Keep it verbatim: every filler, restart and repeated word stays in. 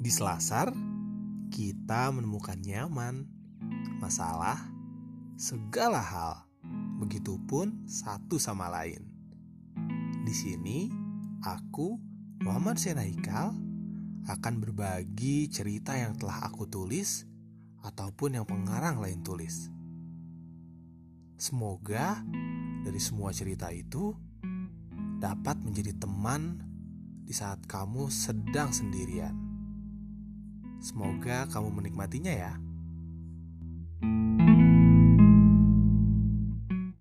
Di Selasar, kita menemukan nyaman, masalah, segala hal. Begitupun satu sama lain. Di sini, aku, Muhammad Senaikal, akan berbagi cerita yang telah aku tulis ataupun yang pengarang lain tulis. Semoga dari semua cerita itu dapat menjadi teman di saat kamu sedang sendirian. Semoga kamu menikmatinya ya.